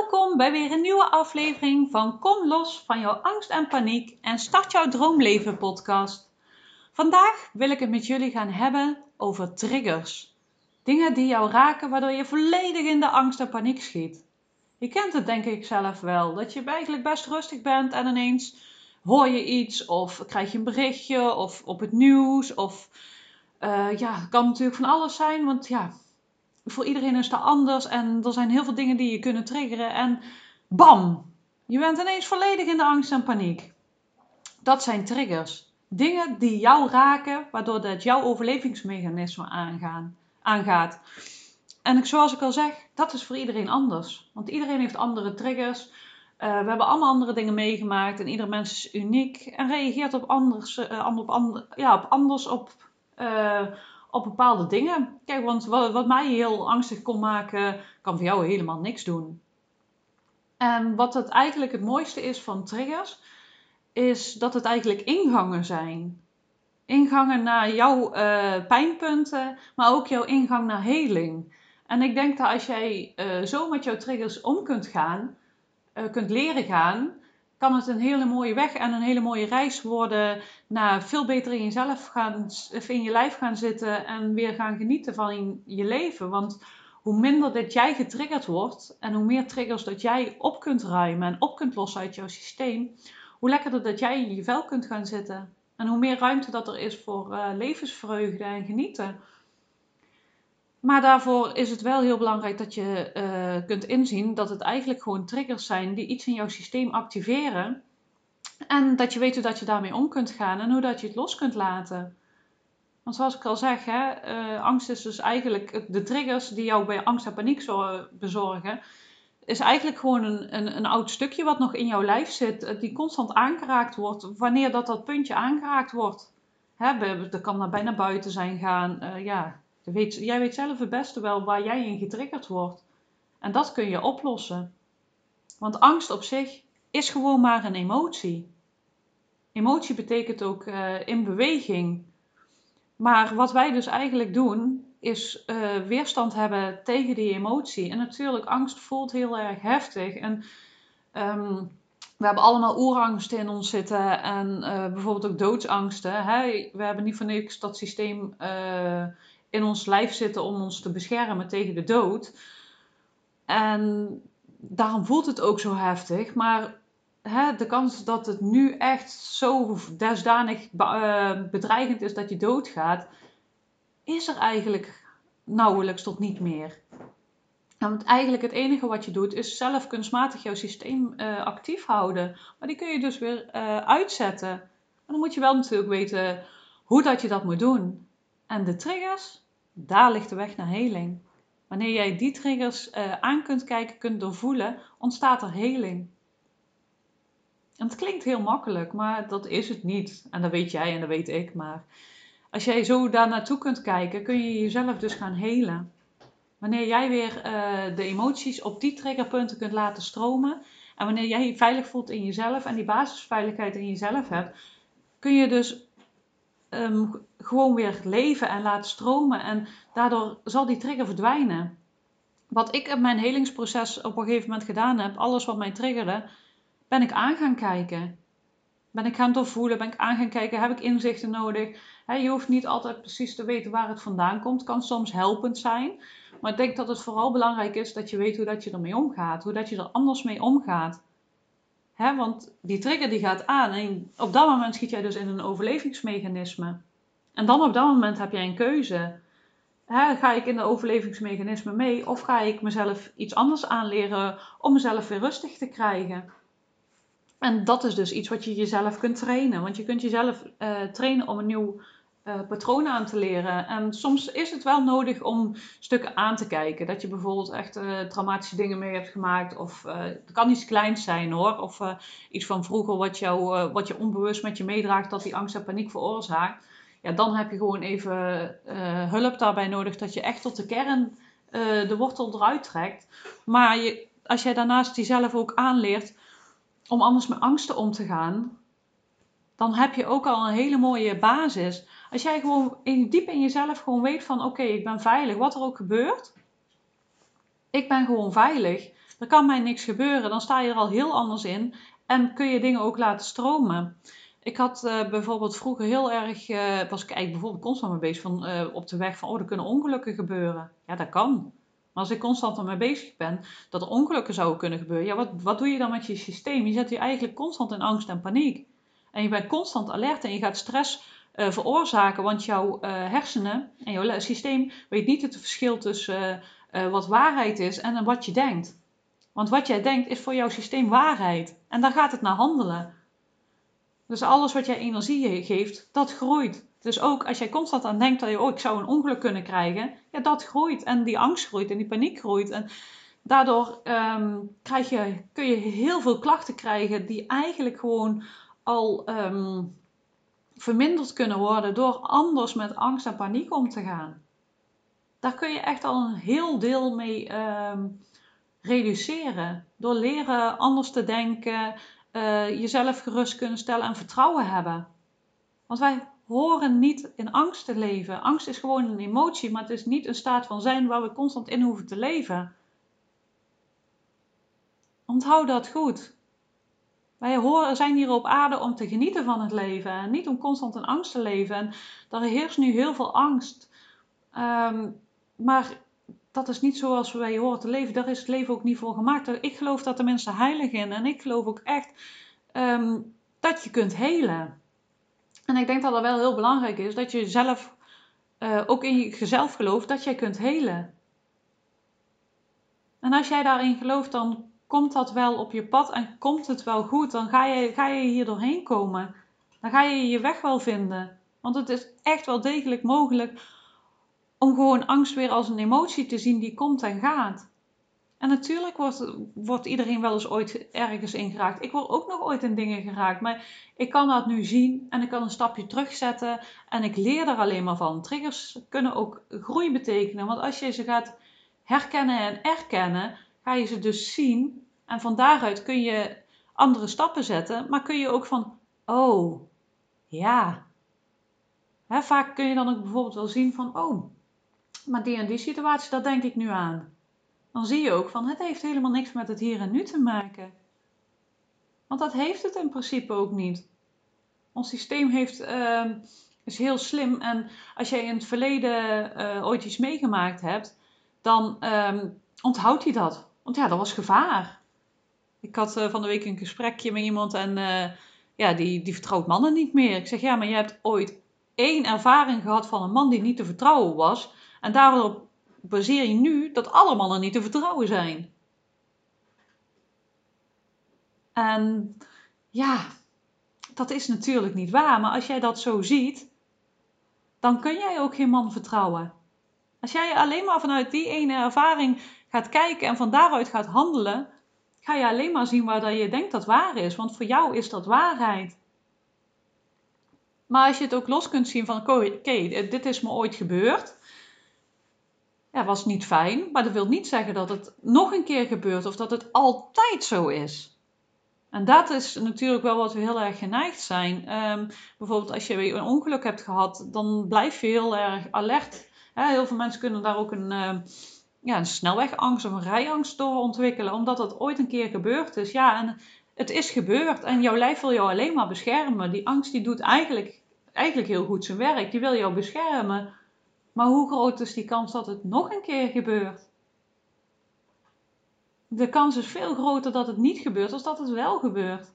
Welkom bij weer een nieuwe aflevering van Kom los van jouw angst en paniek en start jouw droomleven podcast. Vandaag wil ik het met jullie gaan hebben over triggers. Dingen die jou raken waardoor je volledig in de angst en paniek schiet. Je kent het denk ik zelf wel, dat je eigenlijk best rustig bent en ineens hoor je iets of krijg je een berichtje of op het nieuws of het kan natuurlijk van alles zijn, want ja, voor iedereen is dat anders en er zijn heel veel dingen die je kunnen triggeren en bam, je bent ineens volledig in de angst en paniek. Dat zijn triggers. Dingen die jou raken, waardoor dat jouw overlevingsmechanisme aangaat. En zoals ik al zeg, dat is voor iedereen anders. Want iedereen heeft andere triggers. We hebben allemaal andere dingen meegemaakt en ieder mens is uniek en reageert op bepaalde dingen. Kijk, want wat mij heel angstig kon maken, kan voor jou helemaal niks doen. En wat het eigenlijk het mooiste is van triggers, is dat het eigenlijk ingangen zijn. Ingangen naar jouw pijnpunten, maar ook jouw ingang naar heling. En ik denk dat als jij zo met jouw triggers om kunt leren gaan, kan het een hele mooie weg en een hele mooie reis worden naar veel beter in je lijf gaan zitten en weer gaan genieten van je leven. Want hoe minder dat jij getriggerd wordt en hoe meer triggers dat jij op kunt ruimen en op kunt lossen uit jouw systeem, hoe lekkerder dat jij in je vel kunt gaan zitten. En hoe meer ruimte dat er is voor levensvreugde en genieten. Maar daarvoor is het wel heel belangrijk dat je kunt inzien dat het eigenlijk gewoon triggers zijn die iets in jouw systeem activeren. En dat je weet hoe dat je daarmee om kunt gaan en hoe dat je het los kunt laten. Want zoals ik al zeg, angst is dus eigenlijk de triggers die jou bij angst en paniek bezorgen. Is eigenlijk gewoon een oud stukje wat nog in jouw lijf zit, die constant aangeraakt wordt, wanneer dat puntje aangeraakt wordt. Dat kan daarbij naar buiten zijn gaan. Jij weet zelf het beste wel waar jij in getriggerd wordt. En dat kun je oplossen. Want angst op zich is gewoon maar een emotie. Emotie betekent ook in beweging. Maar wat wij dus eigenlijk doen, is weerstand hebben tegen die emotie. En natuurlijk, angst voelt heel erg heftig. En we hebben allemaal oerangsten in ons zitten. En bijvoorbeeld ook doodsangsten. Hè? We hebben niet voor niks dat systeem in ons lijf zitten om ons te beschermen tegen de dood. En daarom voelt het ook zo heftig. Maar de kans dat het nu echt zo desdanig bedreigend is dat je doodgaat, is er eigenlijk nauwelijks tot niet meer. Want eigenlijk het enige wat je doet is zelf kunstmatig jouw systeem actief houden. Maar die kun je dus weer uitzetten. En dan moet je wel natuurlijk weten hoe dat je dat moet doen. En de triggers, daar ligt de weg naar heling. Wanneer jij die triggers aan kunt kijken, kunt doorvoelen, ontstaat er heling. En het klinkt heel makkelijk, maar dat is het niet. En dat weet jij en dat weet ik. Maar als jij zo daar naartoe kunt kijken, kun je jezelf dus gaan helen. Wanneer jij weer de emoties op die triggerpunten kunt laten stromen. En wanneer jij je veilig voelt in jezelf en die basisveiligheid in jezelf hebt, kun je dus gewoon weer leven en laten stromen. En daardoor zal die trigger verdwijnen. Wat ik in mijn helingsproces op een gegeven moment gedaan heb, alles wat mij triggerde, ben ik aan gaan kijken. Ben ik gaan doorvoelen, ben ik aan gaan kijken, heb ik inzichten nodig. Je hoeft niet altijd precies te weten waar het vandaan komt. Het kan soms helpend zijn. Maar ik denk dat het vooral belangrijk is dat je weet hoe dat je ermee omgaat. Hoe dat je er anders mee omgaat. Want die trigger die gaat aan. En op dat moment schiet jij dus in een overlevingsmechanisme. En dan op dat moment heb jij een keuze. Ga ik in de overlevingsmechanisme mee? Of ga ik mezelf iets anders aanleren om mezelf weer rustig te krijgen? En dat is dus iets wat je jezelf kunt trainen. Want je kunt jezelf trainen om een nieuw patroon aan te leren. En soms is het wel nodig om stukken aan te kijken. Dat je bijvoorbeeld echt traumatische dingen mee hebt gemaakt. Of het kan iets kleins zijn hoor. Of iets van vroeger wat je onbewust met je meedraagt. Dat die angst en paniek veroorzaakt. Ja, dan heb je gewoon even hulp daarbij nodig. Dat je echt tot de kern de wortel eruit trekt. Maar als jij daarnaast jezelf ook aanleert om anders met angsten om te gaan, dan heb je ook al een hele mooie basis. Als jij gewoon diep in jezelf gewoon weet van oké, ik ben veilig, wat er ook gebeurt. Ik ben gewoon veilig. er kan mij niks gebeuren. Dan sta je er al heel anders in en kun je dingen ook laten stromen. Ik had bijvoorbeeld vroeger heel erg, was ik eigenlijk bijvoorbeeld constant mee bezig van, op de weg van, er kunnen ongelukken gebeuren. Ja, dat kan. Maar als ik constant ermee bezig ben dat er ongelukken zouden kunnen gebeuren, ja, wat doe je dan met je systeem? Je zet je eigenlijk constant in angst en paniek. En je bent constant alert en je gaat stress veroorzaken, want jouw hersenen en jouw systeem weet niet het verschil tussen wat waarheid is en wat je denkt. Want wat jij denkt is voor jouw systeem waarheid. En daar gaat het naar handelen. Dus alles wat jij energie geeft, dat groeit. Dus ook als jij constant aan denkt dat je, ik zou een ongeluk kunnen krijgen, ja, dat groeit. En die angst groeit en die paniek groeit. En daardoor kun je heel veel klachten krijgen die eigenlijk gewoon al verminderd kunnen worden door anders met angst en paniek om te gaan. Daar kun je echt al een heel deel mee reduceren. Door leren anders te denken, jezelf gerust kunnen stellen en vertrouwen hebben. Want wij horen niet in angst te leven. Angst is gewoon een emotie, maar het is niet een staat van zijn waar we constant in hoeven te leven. Onthoud dat goed. Wij zijn hier op aarde om te genieten van het leven en niet om constant in angst te leven. En er heerst nu heel veel angst. Maar dat is niet zoals wij horen te leven. Daar is het leven ook niet voor gemaakt. Ik geloof dat de mensen heilig in. En ik geloof ook echt dat je kunt helen. En ik denk dat het wel heel belangrijk is dat je zelf, ook in jezelf gelooft, dat jij kunt helen. En als jij daarin gelooft, dan komt dat wel op je pad en komt het wel goed. Dan ga je hier doorheen komen. Dan ga je je weg wel vinden. Want het is echt wel degelijk mogelijk om gewoon angst weer als een emotie te zien die komt en gaat. En natuurlijk wordt iedereen wel eens ooit ergens in geraakt. Ik word ook nog ooit in dingen geraakt. Maar ik kan dat nu zien en ik kan een stapje terugzetten. En ik leer daar alleen maar van. Triggers kunnen ook groei betekenen. Want als je ze gaat herkennen en erkennen, ga je ze dus zien. En van daaruit kun je andere stappen zetten. Maar kun je ook van, oh, ja. Vaak kun je dan ook bijvoorbeeld wel zien van, maar die en die situatie, daar denk ik nu aan. Dan zie je ook van, het heeft helemaal niks met het hier en nu te maken. Want dat heeft het in principe ook niet. Ons systeem is heel slim. En als jij in het verleden ooit iets meegemaakt hebt, dan onthoudt hij dat. Want ja, dat was gevaar. Ik had van de week een gesprekje met iemand en die vertrouwt mannen niet meer. Ik zeg, ja, maar je hebt ooit 1 ervaring gehad van een man die niet te vertrouwen was. En daarop baseer je nu dat alle mannen niet te vertrouwen zijn. En ja, dat is natuurlijk niet waar. Maar als jij dat zo ziet, dan kun jij ook geen man vertrouwen. Als jij alleen maar vanuit die ene ervaring gaat kijken en van daaruit gaat handelen, ga je alleen maar zien waar dat je denkt dat waar is. Want voor jou is dat waarheid. Maar als je het ook los kunt zien van, oké, dit is me ooit gebeurd. Ja, was niet fijn, maar dat wil niet zeggen dat het nog een keer gebeurt of dat het altijd zo is. En dat is natuurlijk wel wat we heel erg geneigd zijn. Bijvoorbeeld als je weer een ongeluk hebt gehad, dan blijf je heel erg alert. Heel veel mensen kunnen daar ook een snelwegangst of een rijangst door ontwikkelen, omdat het ooit een keer gebeurd is. Ja, en het is gebeurd en jouw lijf wil jou alleen maar beschermen. Die angst die doet eigenlijk heel goed zijn werk. Die wil jou beschermen. Maar hoe groot is die kans dat het nog een keer gebeurt? De kans is veel groter dat het niet gebeurt dan dat het wel gebeurt.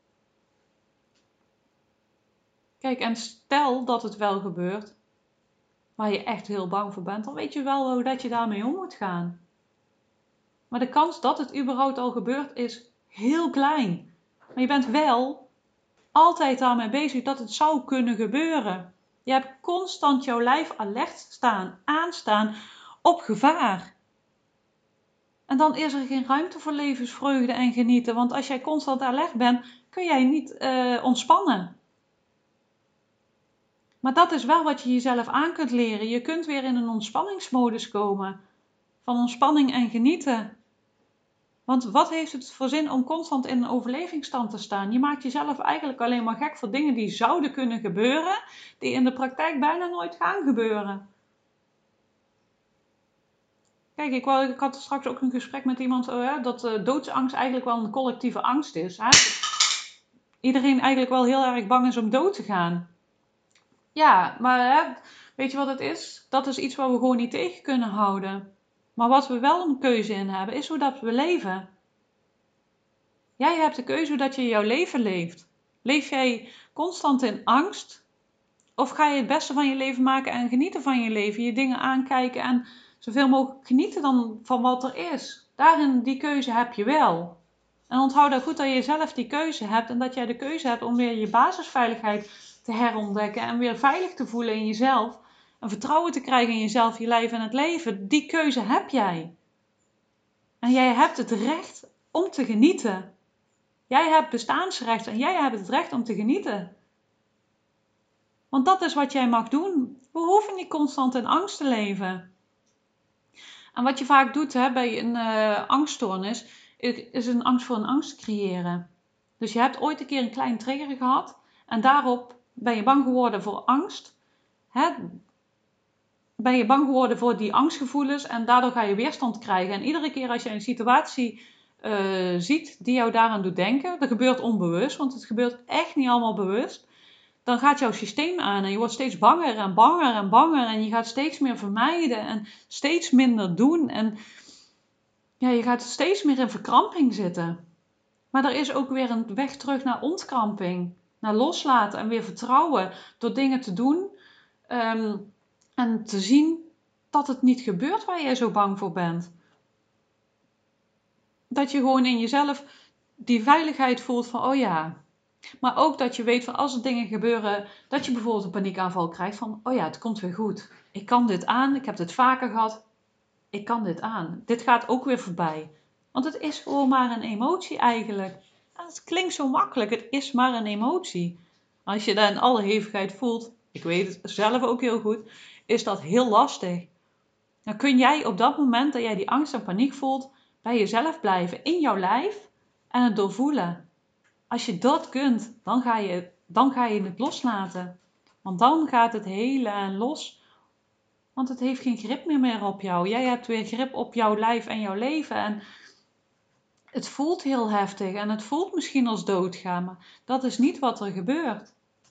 Kijk, en stel dat het wel gebeurt, waar je echt heel bang voor bent, dan weet je wel hoe dat je daarmee om moet gaan. Maar de kans dat het überhaupt al gebeurt is heel klein. Maar je bent wel altijd daarmee bezig dat het zou kunnen gebeuren. Je hebt constant jouw lijf alert staan, aanstaan op gevaar. En dan is er geen ruimte voor levensvreugde en genieten. Want als jij constant alert bent, kun jij niet ontspannen. Maar dat is wel wat je jezelf aan kunt leren. Je kunt weer in een ontspanningsmodus komen. Van ontspanning en genieten. Want wat heeft het voor zin om constant in een overlevingsstand te staan? Je maakt jezelf eigenlijk alleen maar gek voor dingen die zouden kunnen gebeuren. Die in de praktijk bijna nooit gaan gebeuren. Kijk, ik had straks ook een gesprek met iemand dat doodsangst eigenlijk wel een collectieve angst is. Hè? Iedereen eigenlijk wel heel erg bang is om dood te gaan. Ja, maar weet je wat het is? Dat is iets waar we gewoon niet tegen kunnen houden. Maar wat we wel een keuze in hebben, is hoe dat we leven. Jij hebt de keuze hoe dat je jouw leven leeft. Leef jij constant in angst? Of ga je het beste van je leven maken en genieten van je leven? Je dingen aankijken en zoveel mogelijk genieten dan van wat er is. Daarin, die keuze heb je wel. En onthoud dan goed dat je zelf die keuze hebt. En dat jij de keuze hebt om weer je basisveiligheid te herontdekken. En weer veilig te voelen in jezelf. En vertrouwen te krijgen in jezelf, je lijf en het leven. Die keuze heb jij. En jij hebt het recht om te genieten. Jij hebt bestaansrecht en jij hebt het recht om te genieten. Want dat is wat jij mag doen. We hoeven niet constant in angst te leven. En wat je vaak doet bij een angststoornis, is een angst voor een angst creëren. Dus je hebt ooit een keer een klein trigger gehad en daarop ben je bang geworden voor angst. Ben je bang geworden voor die angstgevoelens en daardoor ga je weerstand krijgen. En iedere keer als je een situatie ziet die jou daaraan doet denken, dat gebeurt onbewust, want het gebeurt echt niet allemaal bewust. Dan gaat jouw systeem aan en je wordt steeds banger en banger en banger. En je gaat steeds meer vermijden en steeds minder doen. En ja, je gaat steeds meer in verkramping zitten. Maar er is ook weer een weg terug naar ontkramping. Naar loslaten en weer vertrouwen door dingen te doen. En te zien dat het niet gebeurt waar jij zo bang voor bent. Dat je gewoon in jezelf die veiligheid voelt van, oh ja. Maar ook dat je weet van als er dingen gebeuren, dat je bijvoorbeeld een paniekaanval krijgt van, oh ja, het komt weer goed. Ik kan dit aan, ik heb dit vaker gehad. Ik kan dit aan. Dit gaat ook weer voorbij. Want het is gewoon maar een emotie eigenlijk. En het klinkt zo makkelijk, het is maar een emotie. Als je dat in alle hevigheid voelt, ik weet het zelf ook heel goed, is dat heel lastig. Dan kun jij op dat moment dat jij die angst en paniek voelt, bij jezelf blijven, in jouw lijf en het doorvoelen. Als je dat kunt, dan ga je het loslaten. Want dan gaat het hele los. Want het heeft geen grip meer op jou. Jij hebt weer grip op jouw lijf en jouw leven. En het voelt heel heftig. En het voelt misschien als doodgaan. Maar dat is niet wat er gebeurt.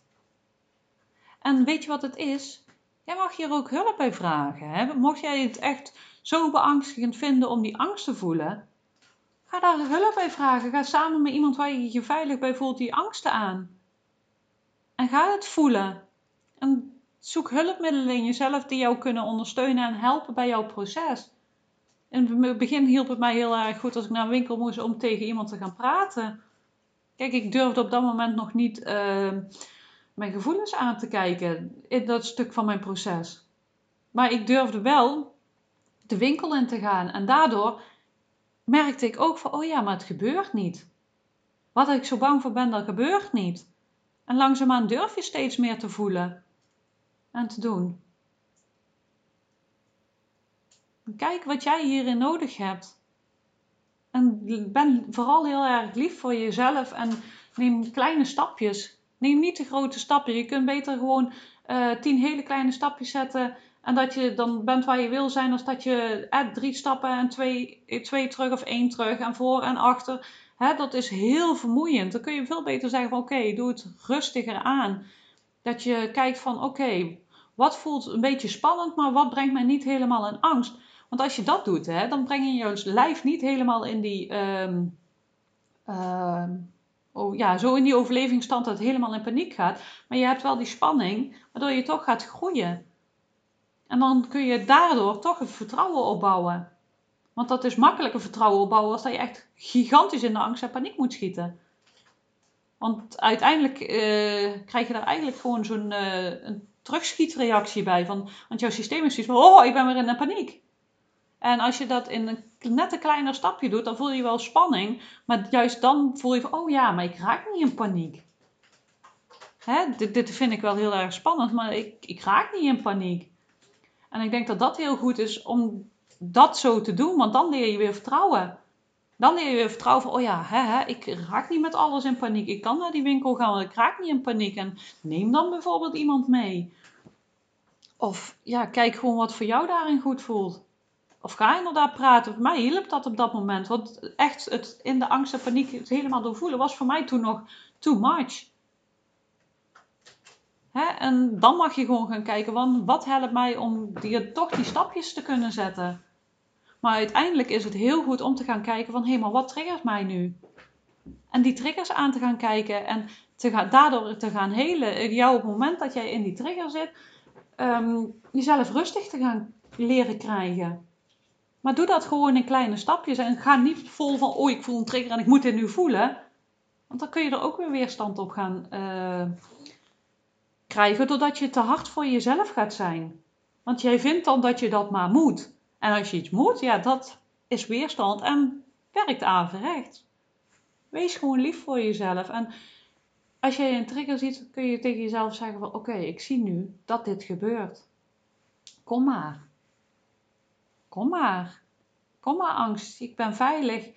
En weet je wat het is? Jij mag hier ook hulp bij vragen. Hè? Mocht jij het echt zo beangstigend vinden om die angst te voelen, ga daar hulp bij vragen. Ga samen met iemand waar je je veilig bij voelt die angsten aan. En ga het voelen. En zoek hulpmiddelen in jezelf die jou kunnen ondersteunen en helpen bij jouw proces. In het begin hielp het mij heel erg goed als ik naar een winkel moest om tegen iemand te gaan praten. Kijk, ik durfde op dat moment nog niet mijn gevoelens aan te kijken in dat stuk van mijn proces. Maar ik durfde wel de winkel in te gaan. En daardoor merkte ik ook van, oh ja, maar het gebeurt niet. Wat ik zo bang voor ben, dat gebeurt niet. En langzaamaan durf je steeds meer te voelen en te doen. Kijk wat jij hierin nodig hebt. En ben vooral heel erg lief voor jezelf en neem kleine stapjes. Neem niet te grote stappen. Je kunt beter gewoon 10 hele kleine stapjes zetten. En dat je dan bent waar je wil zijn, als dat je 3 stappen en 2 terug of 1 terug en voor en achter. Dat is heel vermoeiend. Dan kun je veel beter zeggen van oké, doe het rustiger aan. Dat je kijkt van oké, wat voelt een beetje spannend, maar wat brengt mij niet helemaal in angst? Want als je dat doet, dan breng je je lijf niet helemaal in die, zo in die overlevingsstand dat het helemaal in paniek gaat. Maar je hebt wel die spanning, waardoor je toch gaat groeien. En dan kun je daardoor toch het vertrouwen opbouwen. Want dat is makkelijker vertrouwen opbouwen als dat je echt gigantisch in de angst en paniek moet schieten. Want uiteindelijk krijg je daar eigenlijk gewoon zo'n een terugschietreactie bij. Want jouw systeem is zoiets van, oh, ik ben weer in een paniek. En als je dat in een net een kleiner stapje doet, dan voel je wel spanning. Maar juist dan voel je van, oh ja, maar ik raak niet in paniek. Dit vind ik wel heel erg spannend, maar ik raak niet in paniek. En ik denk dat dat heel goed is om dat zo te doen, want dan leer je weer vertrouwen. Dan leer je weer vertrouwen van, oh ja, ik raak niet met alles in paniek. Ik kan naar die winkel gaan, want ik raak niet in paniek. En neem dan bijvoorbeeld iemand mee. Of ja, kijk gewoon wat voor jou daarin goed voelt. Of ga inderdaad praten. Voor mij hielp dat op dat moment. Want echt het in de angst en paniek het helemaal doorvoelen was voor mij toen nog too much. En dan mag je gewoon gaan kijken, want wat helpt mij om toch die stapjes te kunnen zetten. Maar uiteindelijk is het heel goed om te gaan kijken van, maar wat triggert mij nu? En die triggers aan te gaan kijken en daardoor te gaan helen. Jou op het moment dat jij in die trigger zit, jezelf rustig te gaan leren krijgen. Maar doe dat gewoon in kleine stapjes en ga niet vol van, ik voel een trigger en ik moet dit nu voelen. Want dan kun je er ook weer weerstand op gaan krijgen, doordat je te hard voor jezelf gaat zijn. Want jij vindt dan dat je dat maar moet. En als je iets moet, dat is weerstand en werkt averechts. Wees gewoon lief voor jezelf. En als jij een trigger ziet, kun je tegen jezelf zeggen van, oké, ik zie nu dat dit gebeurt. Kom maar. Kom maar. Kom maar angst, ik ben veilig.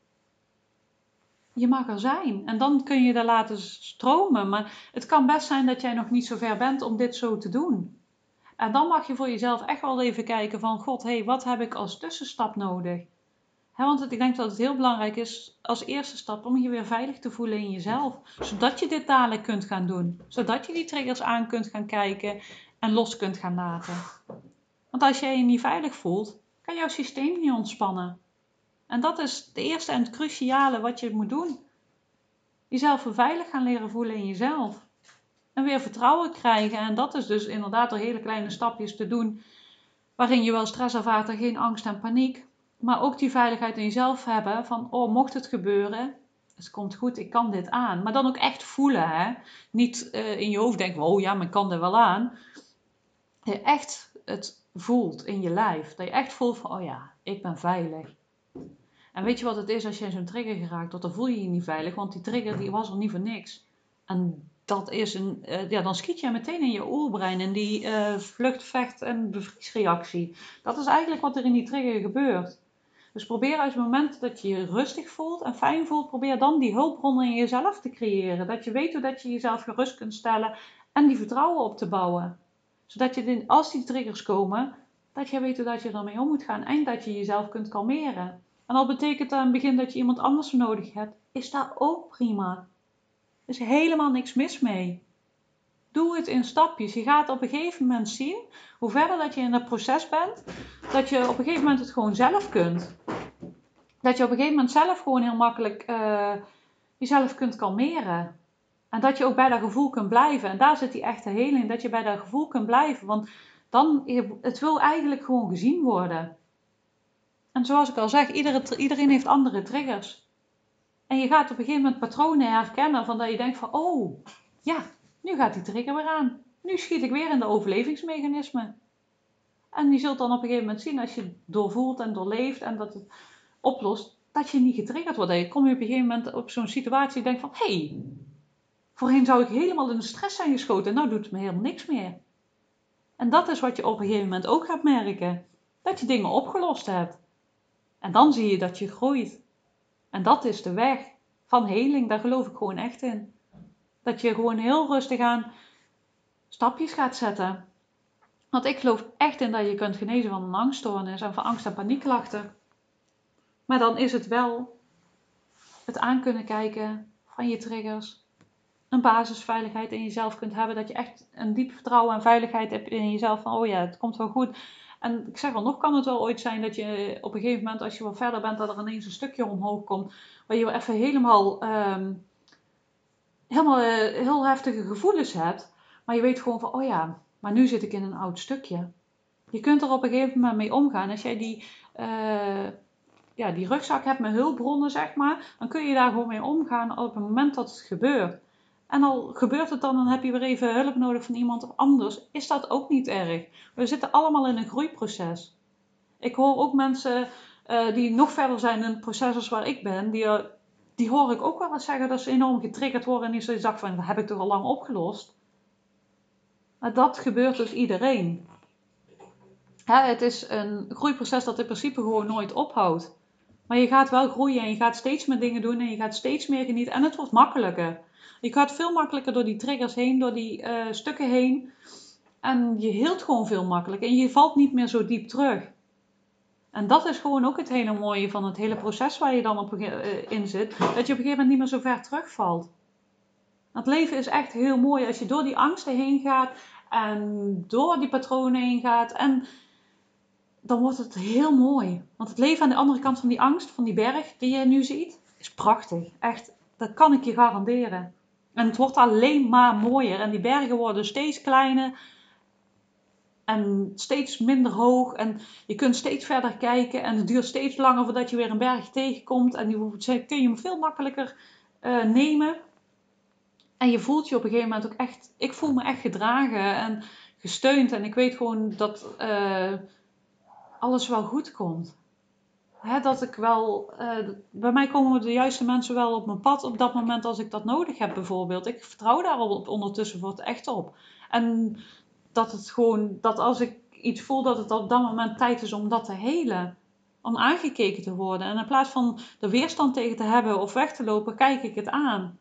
Je mag er zijn. En dan kun je er laten stromen. Maar het kan best zijn dat jij nog niet zo ver bent om dit zo te doen. En dan mag je voor jezelf echt wel even kijken van, God, wat heb ik als tussenstap nodig? Want ik denk dat het heel belangrijk is als eerste stap om je weer veilig te voelen in jezelf. Zodat je dit dadelijk kunt gaan doen. Zodat je die triggers aan kunt gaan kijken en los kunt gaan laten. Want als jij je niet veilig voelt, kan jouw systeem niet ontspannen. En dat is het eerste en het cruciale wat je moet doen. Jezelf weer veilig gaan leren voelen in jezelf. En weer vertrouwen krijgen. En dat is dus inderdaad door hele kleine stapjes te doen. Waarin je wel stress ervaart en geen angst en paniek. Maar ook die veiligheid in jezelf hebben. Van, mocht het gebeuren. Het komt goed, ik kan dit aan. Maar dan ook echt voelen. Hè? Niet in je hoofd denken, maar ik kan er wel aan. Dat je echt het voelt in je lijf. Dat je echt voelt van, ik ben veilig. En weet je wat het is als je in zo'n trigger geraakt? Dan voel je je niet veilig. Want die trigger die was er niet voor niks. En dat is dan schiet je meteen in je oerbrein. En die vlucht, vecht en bevriesreactie. Dat is eigenlijk wat er in die trigger gebeurt. Dus probeer uit het moment dat je je rustig voelt en fijn voelt, probeer dan die hulpbronnen in jezelf te creëren. Dat je weet hoe dat je jezelf gerust kunt stellen en die vertrouwen op te bouwen. Zodat je, als die triggers komen, dat je weet hoe dat je ermee om moet gaan en dat je jezelf kunt kalmeren. En al betekent aan het begin dat je iemand anders nodig hebt, is dat ook prima. Er is helemaal niks mis mee. Doe het in stapjes. Je gaat op een gegeven moment zien, hoe verder dat je in het proces bent, dat je op een gegeven moment het gewoon zelf kunt. Dat je op een gegeven moment zelf gewoon heel makkelijk jezelf kunt kalmeren. En dat je ook bij dat gevoel kunt blijven. En daar zit die echte heling, dat je bij dat gevoel kunt blijven. Want het wil eigenlijk gewoon gezien worden. En zoals ik al zeg, iedereen heeft andere triggers. En je gaat op een gegeven moment patronen herkennen van dat je denkt van, nu gaat die trigger weer aan. Nu schiet ik weer in de overlevingsmechanismen. En je zult dan op een gegeven moment zien, als je doorvoelt en doorleeft en dat het oplost, dat je niet getriggerd wordt. Dan kom je op een gegeven moment op zo'n situatie en denkt van, voorheen zou ik helemaal in de stress zijn geschoten en nou doet het me helemaal niks meer. En dat is wat je op een gegeven moment ook gaat merken. Dat je dingen opgelost hebt. En dan zie je dat je groeit. En dat is de weg van heling, daar geloof ik gewoon echt in. Dat je gewoon heel rustig aan stapjes gaat zetten. Want ik geloof echt in dat je kunt genezen van een angststoornis en van angst- en paniekklachten. Maar dan is het wel het aan kunnen kijken van je triggers. Een basisveiligheid in jezelf kunt hebben. Dat je echt een diep vertrouwen en veiligheid hebt in jezelf. Van het komt wel goed. En ik zeg al, nog kan het wel ooit zijn dat je op een gegeven moment, als je wat verder bent, dat er ineens een stukje omhoog komt. Waar je even helemaal heel heftige gevoelens hebt. Maar je weet gewoon van, maar nu zit ik in een oud stukje. Je kunt er op een gegeven moment mee omgaan. Als jij die rugzak hebt met hulpbronnen, zeg maar, dan kun je daar gewoon mee omgaan op het moment dat het gebeurt. En al gebeurt het dan heb je weer even hulp nodig van iemand anders, is dat ook niet erg. We zitten allemaal in een groeiproces. Ik hoor ook mensen die nog verder zijn in het proces als waar ik ben, die hoor ik ook wel eens zeggen dat ze enorm getriggerd worden en die zoiets zeggen van, dat heb ik toch al lang opgelost. Maar dat gebeurt dus iedereen. Het is een groeiproces dat in principe gewoon nooit ophoudt. Maar je gaat wel groeien en je gaat steeds meer dingen doen en je gaat steeds meer genieten. En het wordt makkelijker. Je gaat veel makkelijker door die triggers heen, door die stukken heen. En je heelt gewoon veel makkelijker en je valt niet meer zo diep terug. En dat is gewoon ook het hele mooie van het hele proces waar je dan in zit. Dat je op een gegeven moment niet meer zo ver terugvalt. Het leven is echt heel mooi als je door die angsten heen gaat en door die patronen heen gaat. En dan wordt het heel mooi. Want het leven aan de andere kant van die angst, van die berg die je nu ziet, is prachtig. Echt, dat kan ik je garanderen. En het wordt alleen maar mooier. En die bergen worden steeds kleiner en steeds minder hoog. En je kunt steeds verder kijken. En het duurt steeds langer voordat je weer een berg tegenkomt. En die kun je hem veel makkelijker nemen. En je voelt je op een gegeven moment ook echt... Ik voel me echt gedragen en gesteund. En ik weet gewoon dat alles wel goed komt. Dat ik wel... bij mij komen de juiste mensen wel op mijn pad op dat moment als ik dat nodig heb bijvoorbeeld. Ik vertrouw daar ondertussen voor het echt op. En dat het gewoon... Dat als ik iets voel dat het op dat moment tijd is om dat te helen. Om aangekeken te worden. En in plaats van er weerstand tegen te hebben of weg te lopen, kijk ik het aan.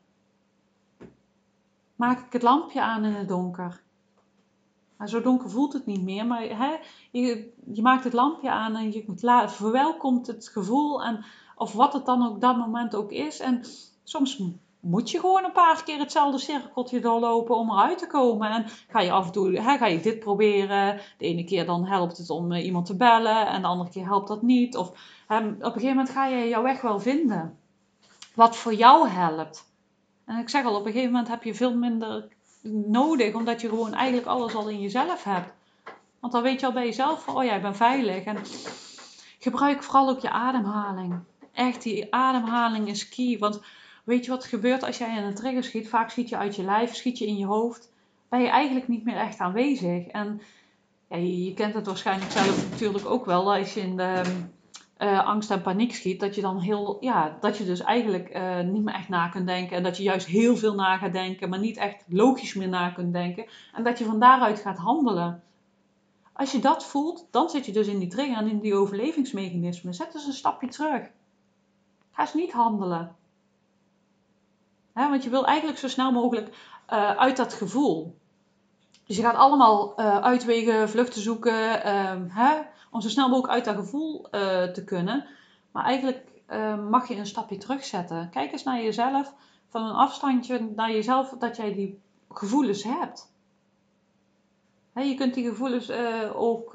Maak ik het lampje aan in het donker. Nou, zo donker voelt het niet meer, maar je maakt het lampje aan en je verwelkomt het gevoel en, of wat het dan ook dat moment ook is. En soms moet je gewoon een paar keer hetzelfde cirkeltje doorlopen om eruit te komen. En ga je af en toe ga je dit proberen. De ene keer dan helpt het om iemand te bellen en de andere keer helpt dat niet. Of op een gegeven moment ga je jouw weg wel vinden. Wat voor jou helpt. En ik zeg al, op een gegeven moment heb je veel minder nodig, omdat je gewoon eigenlijk alles al in jezelf hebt. Want dan weet je al bij jezelf van, oh ja, ik ben veilig. En gebruik vooral ook je ademhaling. Echt, die ademhaling is key. Want weet je wat er gebeurt als jij in een trigger schiet? Vaak schiet je uit je lijf, schiet je in je hoofd. Ben je eigenlijk niet meer echt aanwezig. En ja, je kent het waarschijnlijk zelf natuurlijk ook wel. Als je in de angst en paniek schiet, dat je dan dat je dus eigenlijk niet meer echt na kunt denken. En dat je juist heel veel na gaat denken, maar niet echt logisch meer na kunt denken. En dat je van daaruit gaat handelen. Als je dat voelt, dan zit je dus in die trigger en in die overlevingsmechanismen. Zet eens een stapje terug. Ga eens niet handelen. Want je wil eigenlijk zo snel mogelijk uit dat gevoel. Dus je gaat allemaal uitwegen, vluchten zoeken, om zo snel mogelijk uit dat gevoel te kunnen. Maar eigenlijk mag je een stapje terugzetten. Kijk eens naar jezelf, van een afstandje naar jezelf, dat jij die gevoelens hebt. Je kunt die gevoelens ook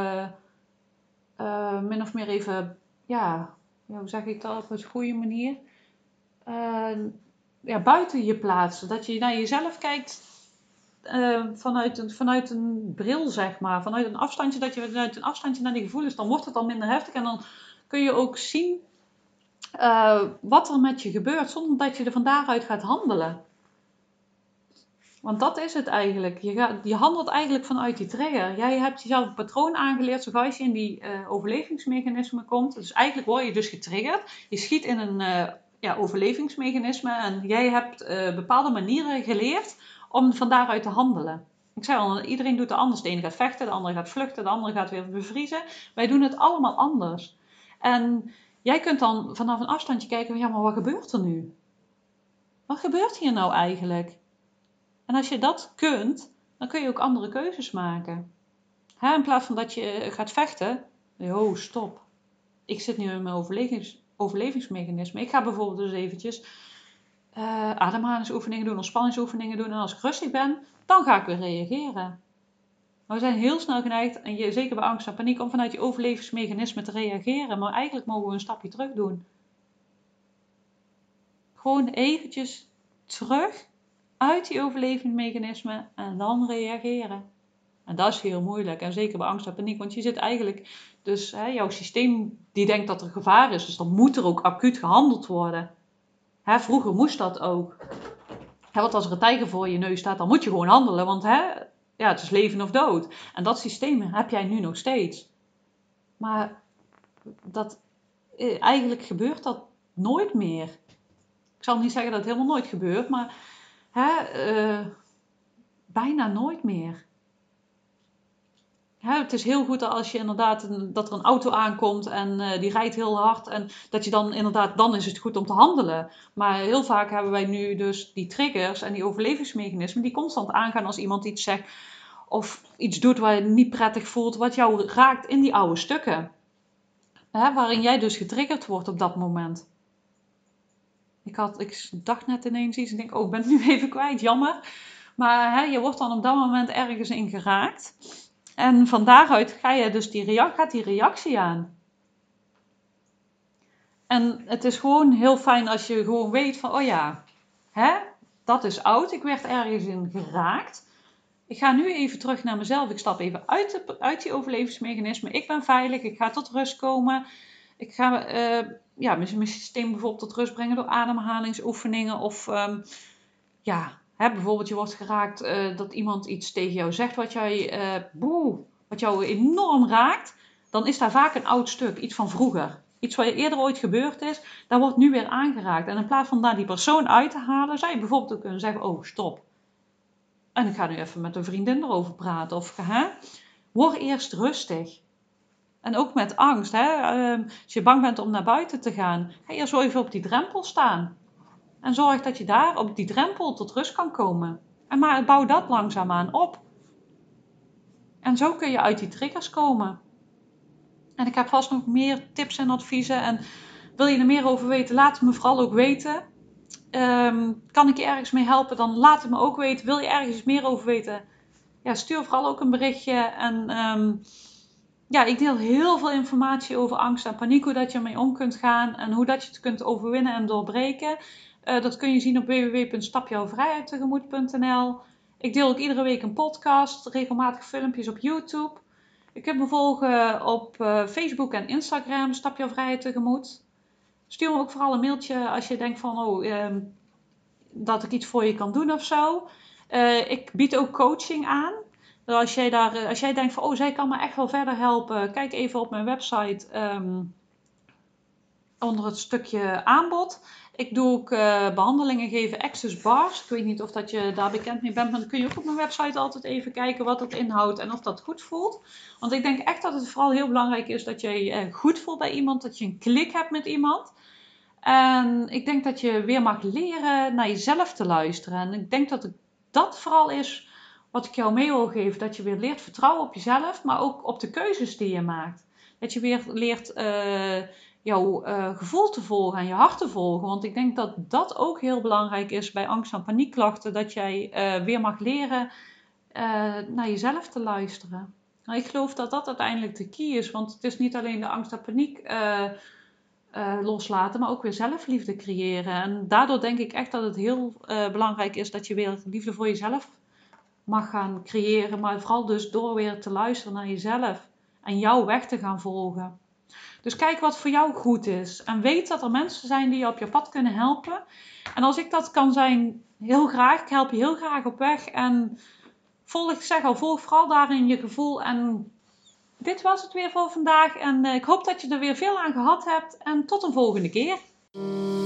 min of meer even, hoe zeg ik dat op een goede manier? Buiten je plaatsen. Dat je naar jezelf kijkt vanuit een bril, zeg maar. Vanuit een afstandje, dat je vanuit een afstandje naar die gevoelens, dan wordt het al minder heftig. En dan kun je ook zien wat er met je gebeurt, zonder dat je er van daaruit gaat handelen. Want dat is het eigenlijk. Je handelt eigenlijk vanuit die trigger. Jij hebt jezelf een patroon aangeleerd, zoals je in die overlevingsmechanisme komt. Dus eigenlijk word je dus getriggerd. Je schiet in een overlevingsmechanisme en jij hebt bepaalde manieren geleerd om van daaruit te handelen. Ik zei al, iedereen doet het anders. De ene gaat vechten, de andere gaat vluchten, de andere gaat weer bevriezen. Wij doen het allemaal anders. En jij kunt dan vanaf een afstandje kijken, ja, maar wat gebeurt er nu? Wat gebeurt hier nou eigenlijk? En als je dat kunt, dan kun je ook andere keuzes maken. In plaats van dat je gaat vechten, stop. Ik zit nu in mijn overlevingsmechanisme. Ik ga bijvoorbeeld dus eventjes ademhalingsoefeningen doen, ontspanningsoefeningen doen. En als ik rustig ben, dan ga ik weer reageren. Maar we zijn heel snel geneigd, en zeker bij angst en paniek, om vanuit je overlevingsmechanisme te reageren. Maar eigenlijk mogen we een stapje terug doen. Gewoon eventjes terug uit die overlevingsmechanismen en dan reageren. En dat is heel moeilijk. En zeker bij angst en paniek. Want je zit eigenlijk... Dus jouw systeem die denkt dat er gevaar is. Dus dan moet er ook acuut gehandeld worden. Vroeger moest dat ook. Want als er een tijger voor je neus staat, dan moet je gewoon handelen. Want het is leven of dood. En dat systeem heb jij nu nog steeds. Maar eigenlijk gebeurt dat nooit meer. Ik zal niet zeggen dat het helemaal nooit gebeurt. Maar bijna nooit meer. Het is heel goed als je inderdaad dat er een auto aankomt en die rijdt heel hard. En dat je dan inderdaad, dan is het goed om te handelen. Maar heel vaak hebben wij nu dus die triggers en die overlevingsmechanismen die constant aangaan als iemand iets zegt. Of iets doet waar je niet prettig voelt, wat jou raakt in die oude stukken. waarin jij dus getriggerd wordt op dat moment. Ik dacht net ineens iets en denk, ik ben het nu even kwijt, jammer. Maar je wordt dan op dat moment ergens in geraakt. En van daaruit gaat die reactie aan. En het is gewoon heel fijn als je gewoon weet van, dat is oud. Ik werd ergens in geraakt. Ik ga nu even terug naar mezelf. Ik stap even uit die overlevingsmechanisme. Ik ben veilig. Ik ga tot rust komen. Ik ga mijn systeem bijvoorbeeld tot rust brengen door ademhalingsoefeningen. Of bijvoorbeeld je wordt geraakt dat iemand iets tegen jou zegt wat jou enorm raakt. Dan is daar vaak een oud stuk, iets van vroeger. Iets wat eerder ooit gebeurd is, dat wordt nu weer aangeraakt. En in plaats van daar die persoon uit te halen, zou je bijvoorbeeld ook kunnen zeggen, stop. En ik ga nu even met een vriendin erover praten. Of word eerst rustig. En ook met angst. Als je bang bent om naar buiten te gaan, ga je zo even op die drempel staan. En zorg dat je daar op die drempel tot rust kan komen. Maar bouw dat langzaamaan op. En zo kun je uit die triggers komen. En ik heb vast nog meer tips en adviezen. En wil je er meer over weten, laat het me vooral ook weten. Kan ik je ergens mee helpen, dan laat het me ook weten. Wil je ergens meer over weten, stuur vooral ook een berichtje. En ik deel heel veel informatie over angst en paniek. Hoe dat je ermee om kunt gaan. En hoe dat je het kunt overwinnen en doorbreken. Dat kun je zien op www.stapjouwvrijheidtegemoet.nl. Ik deel ook iedere week een podcast. Regelmatig filmpjes op YouTube. Je kunt me volgen op Facebook en Instagram. Stap jouw vrijheid tegemoet. Stuur me ook vooral een mailtje als je denkt van... dat ik iets voor je kan doen of zo. Ik bied ook coaching aan. Dus als jij denkt van, zij kan me echt wel verder helpen. Kijk even op mijn website onder het stukje aanbod. Ik doe ook behandelingen geven, Access Bars. Ik weet niet of dat je daar bekend mee bent, maar dan kun je ook op mijn website altijd even kijken wat dat inhoudt en of dat goed voelt. Want ik denk echt dat het vooral heel belangrijk is dat je je goed voelt bij iemand, dat je een klik hebt met iemand. En ik denk dat je weer mag leren naar jezelf te luisteren. En ik denk dat dat vooral is wat ik jou mee wil geven. Dat je weer leert vertrouwen op jezelf, maar ook op de keuzes die je maakt. Dat je weer leert jouw gevoel te volgen en je hart te volgen. Want ik denk dat dat ook heel belangrijk is bij angst- en paniekklachten. Dat jij weer mag leren naar jezelf te luisteren. Nou, ik geloof dat dat uiteindelijk de key is. Want het is niet alleen de angst en paniek loslaten, maar ook weer zelfliefde creëren. En daardoor denk ik echt dat het heel belangrijk is dat je weer liefde voor jezelf mag gaan creëren. Maar vooral dus door weer te luisteren naar jezelf en jouw weg te gaan volgen. Dus kijk wat voor jou goed is. En weet dat er mensen zijn die je op je pad kunnen helpen. En als ik dat kan zijn, heel graag. Ik help je heel graag op weg. En volg vooral daarin je gevoel. En dit was het weer voor vandaag. En ik hoop dat je er weer veel aan gehad hebt. En tot een volgende keer.